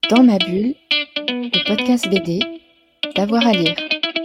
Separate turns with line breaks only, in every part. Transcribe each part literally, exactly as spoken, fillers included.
Dans ma bulle, le podcast B D, d'avoir à lire.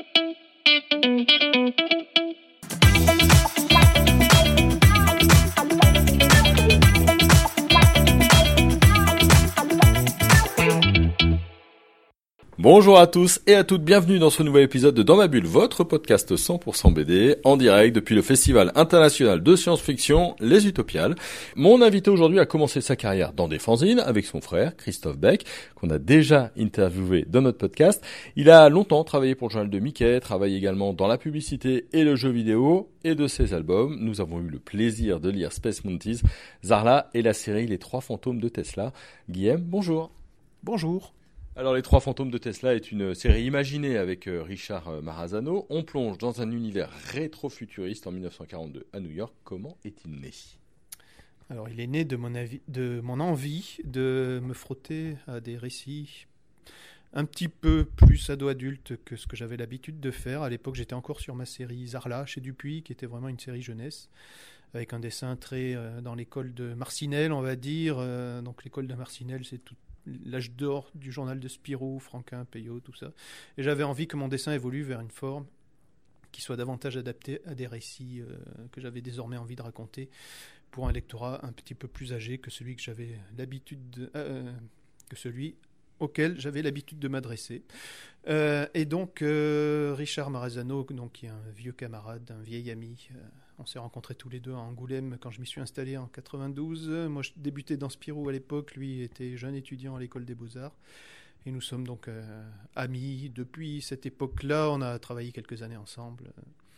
Bonjour à tous et à toutes, bienvenue dans ce nouvel épisode de Dans ma bulle, votre podcast cent pour cent B D, en direct depuis le Festival international de science-fiction, Les Utopiales. Mon invité aujourd'hui a commencé sa carrière dans des fanzines avec son frère, Christophe Beck, qu'on a déjà interviewé dans notre podcast. Il a longtemps travaillé pour le journal de Mickey, travaille également dans la publicité et le jeu vidéo, et de ses albums, nous avons eu le plaisir de lire Space Monkeys, Zarla et la série Les Trois Fantômes de Tesla. Guillaume, bonjour.
Bonjour.
Alors, Les Trois Fantômes de Tesla est une série imaginée avec Richard Marazano. On plonge dans un univers rétro-futuriste en dix-neuf cent quarante-deux à New York. Comment est-il né ?
Alors, il est né de mon, avis, de mon envie de me frotter à des récits un petit peu plus ado-adulte que ce que j'avais l'habitude de faire. À l'époque, j'étais encore sur ma série Zarla chez Dupuis, qui était vraiment une série jeunesse, avec un dessin très euh, dans l'école de Marcinelle, on va dire. Euh, donc, l'école de Marcinelle, c'est tout l'âge d'or du journal de Spirou, Franquin, Peyo, tout ça. Et j'avais envie que mon dessin évolue vers une forme qui soit davantage adaptée à des récits euh, que j'avais désormais envie de raconter pour un lectorat un petit peu plus âgé que celui que j'avais l'habitude de, euh, que celui auquel j'avais l'habitude de m'adresser. Euh, et donc, euh, Richard Marazano, donc, qui est un vieux camarade, un vieil ami, euh, on s'est rencontrés tous les deux à Angoulême quand je m'y suis installé en quatre-vingt-douze. Moi, je débutais dans Spirou à l'époque, lui était jeune étudiant à l'école des Beaux-Arts. Et nous sommes donc euh, amis depuis cette époque-là. On a travaillé quelques années ensemble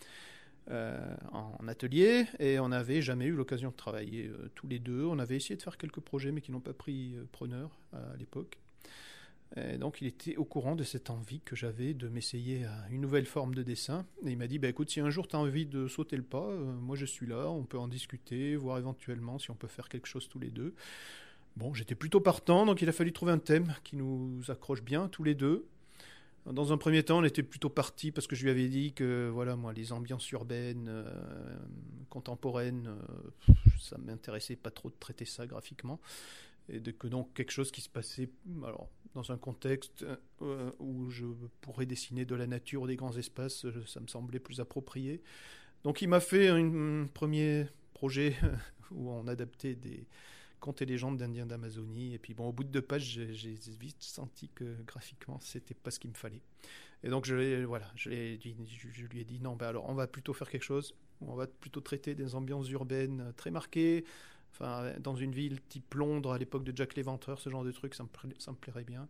euh, en atelier et on n'avait jamais eu l'occasion de travailler euh, tous les deux. On avait essayé de faire quelques projets mais qui n'ont pas pris euh, preneur à l'époque. Et donc il était au courant de cette envie que j'avais de m'essayer à une nouvelle forme de dessin. Et il m'a dit, bah, écoute, si un jour tu as envie de sauter le pas, euh, moi je suis là, on peut en discuter, voir éventuellement si on peut faire quelque chose tous les deux. Bon, j'étais plutôt partant, donc il a fallu trouver un thème qui nous accroche bien tous les deux. Dans un premier temps, on était plutôt partis parce que je lui avais dit que voilà, moi, les ambiances urbaines, euh, contemporaines, euh, ça ne m'intéressait pas trop de traiter ça graphiquement. Et de, que donc quelque chose qui se passait alors, dans un contexte euh, où je pourrais dessiner de la nature ou des grands espaces, ça me semblait plus approprié. Donc il m'a fait un, un premier projet où on adaptait des contes et légendes d'Indiens d'Amazonie. Et puis bon, au bout de deux pages, j'ai, j'ai vite senti que graphiquement, c'était pas ce qu'il me fallait. Et donc je, voilà, je, l'ai dit, je, je lui ai dit non, ben alors on va plutôt faire quelque chose où on va plutôt traiter des ambiances urbaines très marquées. Enfin, dans une ville type Londres, à l'époque de Jack l'Éventreur, ce genre de truc, ça me, ça me plairait bien.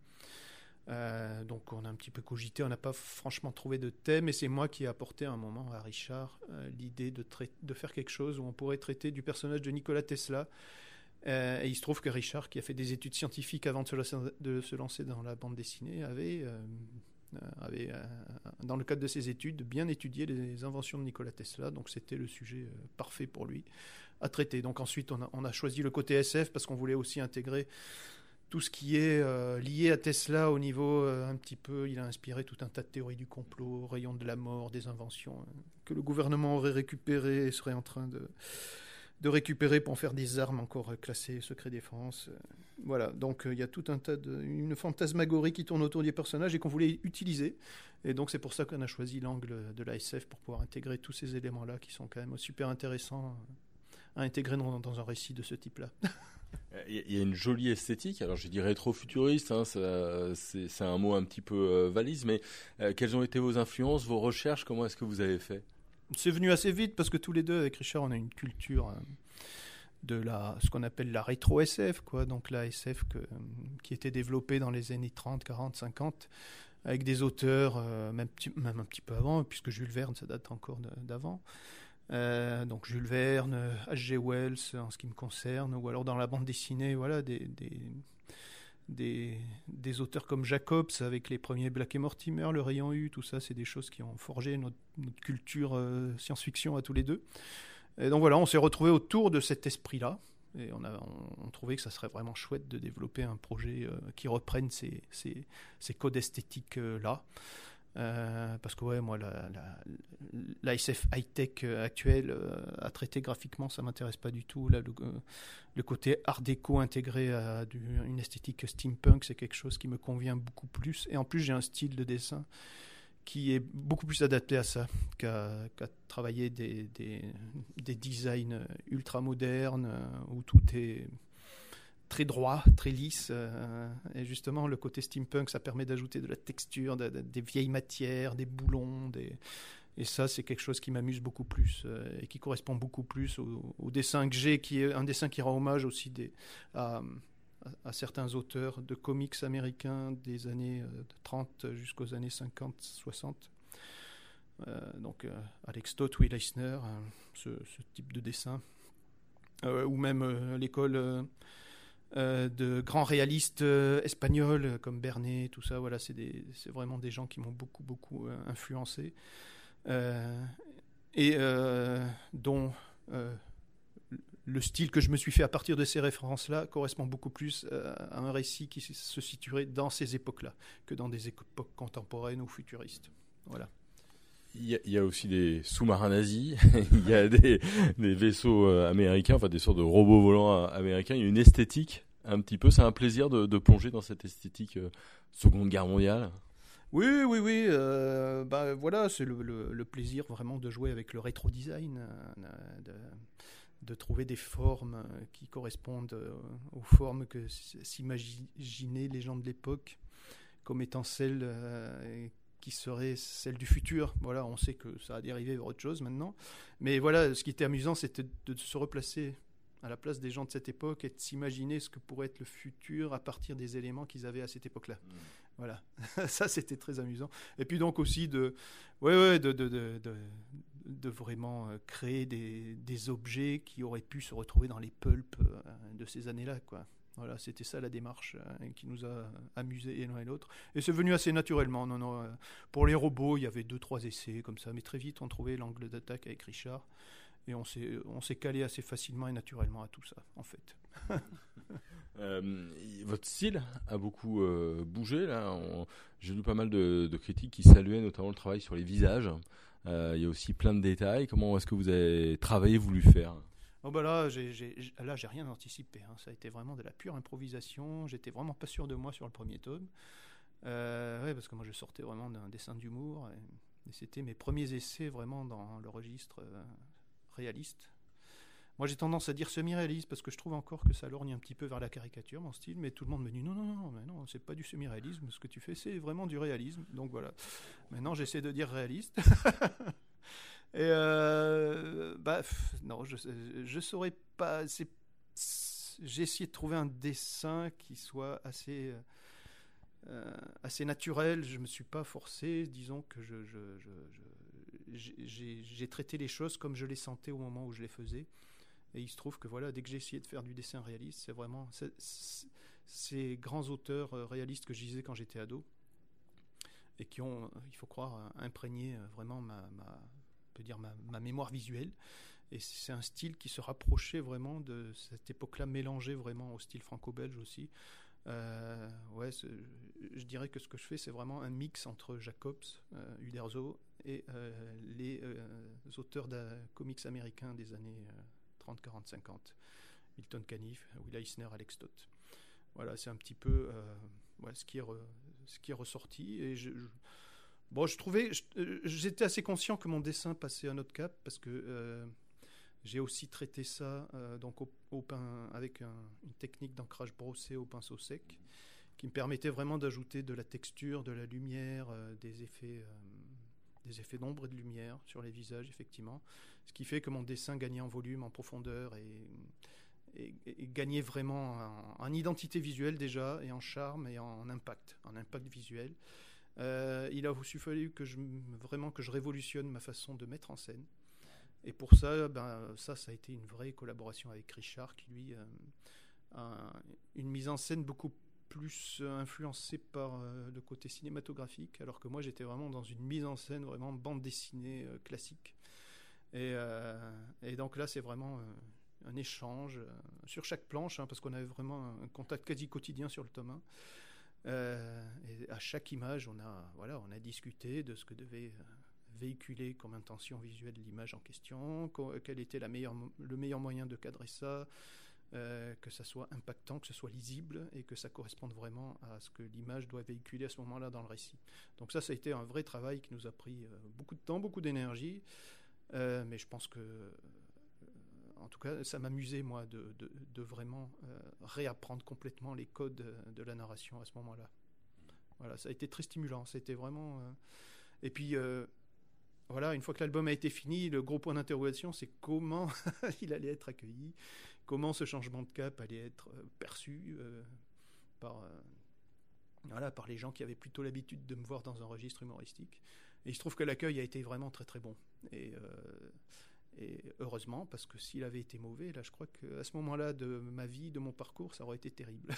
Euh, donc on a un petit peu cogité, on n'a pas franchement trouvé de thème, et c'est moi qui ai apporté à un moment à Richard euh, l'idée de, trai- de faire quelque chose où on pourrait traiter du personnage de Nikola Tesla. Euh, et il se trouve que Richard, qui a fait des études scientifiques avant de se lancer, de se lancer dans la bande dessinée, avait... Euh, avait, euh, dans le cadre de ses études, bien étudié les inventions de Nikola Tesla, donc c'était le sujet euh, parfait pour lui à traiter. Donc ensuite, on a, on a choisi le côté S F parce qu'on voulait aussi intégrer tout ce qui est euh, lié à Tesla au niveau euh, un petit peu, il a inspiré tout un tas de théories du complot, rayon de la mort, des inventions euh, que le gouvernement aurait récupérées et serait en train de... de récupérer pour en faire des armes encore classées secret défense. Voilà, donc il y a tout un tas de... une fantasmagorie qui tourne autour des personnages et qu'on voulait utiliser. Et donc c'est pour ça qu'on a choisi l'angle de la S F pour pouvoir intégrer tous ces éléments-là qui sont quand même super intéressants à intégrer dans, dans un récit de ce type-là.
Il y a une jolie esthétique, alors je dis rétro-futuriste, hein, ça, c'est, c'est un mot un petit peu euh, valise, mais euh, quelles ont été vos influences, vos recherches, comment est-ce que vous avez fait ?
C'est venu assez vite parce que tous les deux avec Richard on a une culture euh, de la, ce qu'on appelle la rétro-S F, quoi. Donc la S F que, qui était développée dans les années trente, quarante, cinquante avec des auteurs euh, même, même un petit peu avant, puisque Jules Verne ça date encore de, d'avant. Euh, donc Jules Verne, H G Wells en ce qui me concerne, ou alors dans la bande dessinée, voilà, des, des, des, des auteurs comme Jacobs avec les premiers Black et Mortimer, Le Rayon U, tout ça, c'est des choses qui ont forgé notre, notre culture euh, science-fiction à tous les deux. Et donc voilà, on s'est retrouvés autour de cet esprit-là, et on a on, on trouvait que ça serait vraiment chouette de développer un projet euh, qui reprenne ces, ces, ces codes esthétiques-là. Euh, parce que ouais, moi, la, la, la S F high-tech actuelle, euh, à traiter graphiquement, ça m'intéresse pas du tout. Là, le, le côté art déco intégré à du, une esthétique steampunk, c'est quelque chose qui me convient beaucoup plus. Et en plus, j'ai un style de dessin qui est beaucoup plus adapté à ça qu'à, qu'à travailler des, des, des designs ultra modernes euh, où tout est très droit, très lisse. Euh, et justement, le côté steampunk, ça permet d'ajouter de la texture, de, de, des vieilles matières, des boulons. Des... Et ça, c'est quelque chose qui m'amuse beaucoup plus euh, et qui correspond beaucoup plus au, au dessin que j'ai, qui est un dessin qui rend hommage aussi des, à, à, à certains auteurs de comics américains des années trente jusqu'aux années cinquante soixante. Euh, donc, euh, Alex Stott, Will Eisner, euh, ce, ce type de dessin. Euh, ou même euh, l'école... Euh, Euh, de grands réalistes euh, espagnols euh, comme Bernet, tout ça, voilà, c'est, des, c'est vraiment des gens qui m'ont beaucoup, beaucoup euh, influencé. Euh, et euh, dont euh, le style que je me suis fait à partir de ces références-là correspond beaucoup plus euh, à un récit qui se situerait dans ces époques-là que dans des époques contemporaines ou futuristes. Voilà.
Il y, a, il y a aussi des sous-marins nazis, il y a des, des vaisseaux euh, américains, enfin des sortes de robots volants euh, américains. Il y a une esthétique un petit peu. C'est un plaisir de, de plonger dans cette esthétique euh, Seconde Guerre mondiale.
Oui, oui, oui. Euh, bah, voilà, c'est le, le, le plaisir vraiment de jouer avec le rétro-design, euh, de, de trouver des formes qui correspondent aux formes que s'imaginaient les gens de l'époque comme étant celles euh, qui seraient celles du futur. Voilà, on sait que ça a dérivé vers autre chose maintenant. Mais voilà, ce qui était amusant, c'était de se replacer à la place des gens de cette époque et de s'imaginer ce que pourrait être le futur à partir des éléments qu'ils avaient à cette époque-là. Mmh. Voilà, ça c'était très amusant. Et puis donc aussi de, ouais, ouais, de, de, de, de, de vraiment créer des, des objets qui auraient pu se retrouver dans les pulps de ces années-là, quoi. Voilà, c'était ça la démarche hein, qui nous a amusés et l'un et l'autre. Et c'est venu assez naturellement. Non, non, euh, pour les robots, il y avait deux, trois essais comme ça, mais très vite on trouvait l'angle d'attaque avec Richard. Et on s'est, on s'est calé assez facilement et naturellement à tout ça, en fait.
euh, votre style a beaucoup euh, bougé. Là. On, j'ai lu pas mal de, de critiques qui saluaient notamment le travail sur les visages. Euh, il y a aussi plein de détails. Comment est-ce que vous avez travaillé, voulu faire ?
Oh bah là, j'ai, j'ai, là, j'ai rien anticipé. Hein. Ça a été vraiment de la pure improvisation. J'étais vraiment pas sûr de moi sur le premier tome. Euh, ouais, parce que moi, je sortais vraiment d'un dessin d'humour. Et, et c'était mes premiers essais vraiment dans le registre... Euh, réaliste. Moi j'ai tendance à dire semi-réaliste parce que je trouve encore que ça lorgne un petit peu vers la caricature mon style, mais tout le monde me dit non non non mais non c'est pas du semi-réalisme, ce que tu fais c'est vraiment du réalisme, donc voilà. Maintenant j'essaie de dire réaliste. Et euh, bah pff, non je je saurais pas. C'est, j'ai essayé de trouver un dessin qui soit assez euh, assez naturel. Je me suis pas forcé, disons que je je, je, je J'ai, j'ai traité les choses comme je les sentais au moment où je les faisais. Et il se trouve que voilà, dès que j'ai essayé de faire du dessin réaliste, c'est vraiment c'est, c'est, ces grands auteurs réalistes que je lisais quand j'étais ado et qui ont, il faut croire, imprégné vraiment ma, ma, on peut dire ma, ma mémoire visuelle. Et c'est un style qui se rapprochait vraiment de cette époque-là, mélangé vraiment au style franco-belge aussi. Euh, ouais, je dirais que ce que je fais, c'est vraiment un mix entre Jacobs, euh, Uderzo et euh, les euh, auteurs de comics américains des années euh, trente, quarante, cinquante. Milton Caniff, Will Eisner, Alex Stott. Voilà, c'est un petit peu euh, ouais, ce, qui est re, ce qui est ressorti. Et je, je, bon, je trouvais, je, j'étais assez conscient que mon dessin passait un autre cap parce que euh, j'ai aussi traité ça euh, donc au, au pain, avec un, une technique d'ancrage brossé au pinceau sec qui me permettait vraiment d'ajouter de la texture, de la lumière, euh, des effets, euh, des effets d'ombre et de lumière sur les visages, effectivement. Ce qui fait que mon dessin gagnait en volume, en profondeur et, et, et gagnait vraiment en, en identité visuelle déjà et en charme et en impact, en impact visuel. Euh, il a aussi fallu que je, vraiment que je révolutionne ma façon de mettre en scène. Et pour ça, ben, ça, ça a été une vraie collaboration avec Richard, qui lui euh, a une mise en scène beaucoup plus influencée par euh, le côté cinématographique, alors que moi, j'étais vraiment dans une mise en scène vraiment bande dessinée euh, classique. Et, euh, et donc là, c'est vraiment euh, un échange euh, sur chaque planche, hein, parce qu'on avait vraiment un contact quasi quotidien sur le tome un. Euh, et à chaque image, on a, voilà, on a discuté de ce que devait véhiculer comme intention visuelle l'image en question, quel était la meilleure, le meilleur moyen de cadrer ça, euh, que ça soit impactant, que ce soit lisible et que ça corresponde vraiment à ce que l'image doit véhiculer à ce moment-là dans le récit. Donc ça, ça a été un vrai travail qui nous a pris beaucoup de temps, beaucoup d'énergie, euh, mais je pense que en tout cas, ça m'amusait, moi, de, de, de vraiment euh, réapprendre complètement les codes de, de la narration à ce moment-là. Voilà, ça a été très stimulant. C'était vraiment... Euh... Et puis, euh, voilà, une fois que l'album a été fini, le gros point d'interrogation, c'est comment il allait être accueilli, comment ce changement de cap allait être euh, perçu euh, par, euh, voilà, par les gens qui avaient plutôt l'habitude de me voir dans un registre humoristique. Et il se trouve que l'accueil a été vraiment très, très bon. Et... Euh, Et heureusement, parce que s'il avait été mauvais, là, je crois qu'à ce moment-là de ma vie, de mon parcours, ça aurait été terrible.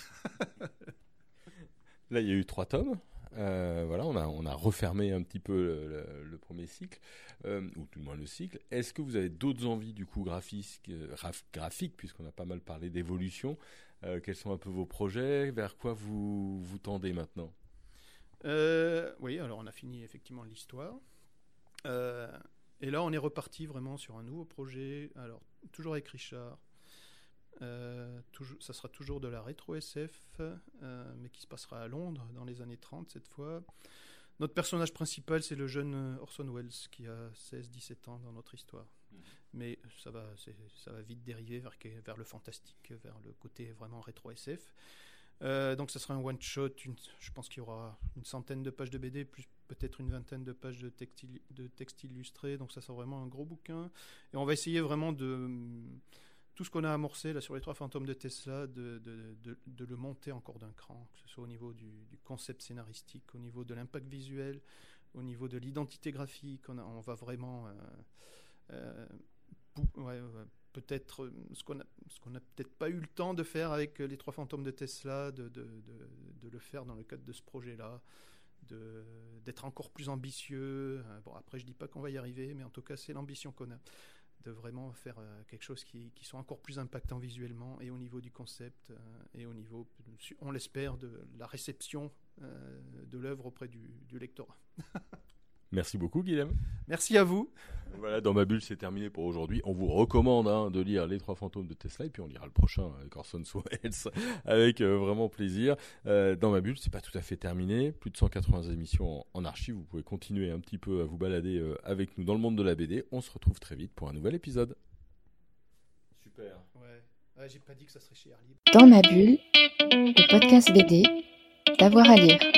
Là, il y a eu trois tomes. Euh, voilà, on a, on a refermé un petit peu le, le, le premier cycle, euh, ou tout le moins le cycle. Est-ce que vous avez d'autres envies, du coup, graphiques, graphiques puisqu'on a pas mal parlé d'évolution? euh, Quels sont un peu vos projets? Vers quoi vous, vous tendez maintenant?
euh, Oui, alors on a fini effectivement l'histoire. Euh... Et là, on est reparti vraiment sur un nouveau projet. Alors, toujours avec Richard. Euh, toujours, ça sera toujours de la rétro-S F, euh, mais qui se passera à Londres dans les années trente cette fois. Notre personnage principal, c'est le jeune Orson Welles, qui a seize dix-sept ans dans notre histoire. Mmh. Mais ça va, c'est, ça va vite dériver vers, vers le fantastique, vers le côté vraiment rétro-S F. Euh, donc ça sera un one-shot, une, je pense qu'il y aura une centaine de pages de B D, plus peut-être une vingtaine de pages de texte, de texte illustré, donc ça sera vraiment un gros bouquin. Et on va essayer vraiment de... Tout ce qu'on a amorcé là, sur les trois fantômes de Tesla, de, de, de, de le monter encore d'un cran, que ce soit au niveau du, du concept scénaristique, au niveau de l'impact visuel, au niveau de l'identité graphique. On, a, on va vraiment... Euh, euh, pou, ouais, ouais, peut-être ce qu'on a, ce qu'on n'a peut-être pas eu le temps de faire avec les trois fantômes de Tesla, de, de, de, de le faire dans le cadre de ce projet-là, de, d'être encore plus ambitieux. Bon, après, je dis pas qu'on va y arriver, mais en tout cas, c'est l'ambition qu'on a, de vraiment faire quelque chose qui, qui soit encore plus impactant visuellement et au niveau du concept et au niveau, on l'espère, de la réception de l'œuvre auprès du, du lectorat.
Merci beaucoup, Guilhem.
Merci à vous.
Voilà, Dans ma bulle, c'est terminé pour aujourd'hui. On vous recommande hein, de lire Les Trois Fantômes de Tesla, et puis on lira le prochain avec Orson Welles avec euh, vraiment plaisir. Euh, Dans ma bulle, c'est pas tout à fait terminé. Plus de cent quatre-vingts émissions en, en archive. Vous pouvez continuer un petit peu à vous balader euh, avec nous dans le monde de la B D. On se retrouve très vite pour un nouvel épisode.
Super. Ouais. Ouais, j'ai pas dit que ça serait chez Air Libre.
Dans ma bulle, le podcast B D, d'avoir à lire.